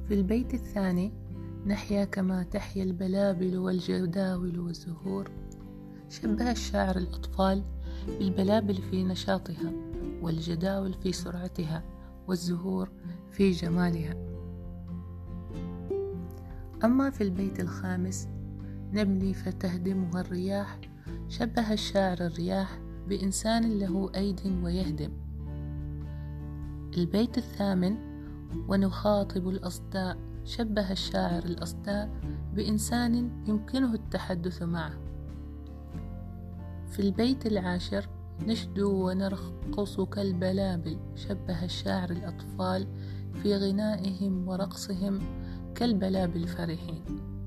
في البيت الثاني: نحيا كما تحيا البلابل والجداول والزهور. شبه الشاعر الأطفال بالبلابل في نشاطها، والجداول في سرعتها، والزهور في جمالها. أما في البيت الخامس: نبني فتهدمها الرياح. شبه الشاعر الرياح بإنسان له أيد ويهدم. البيت الثامن: ونخاطب الأصداء. شبه الشاعر الأصداء بإنسان يمكنه التحدث معه. في البيت العاشر: نشدو ونرقص كالبلابل. شبه الشاعر الأطفال في غنائهم ورقصهم كالبلابل فرحين.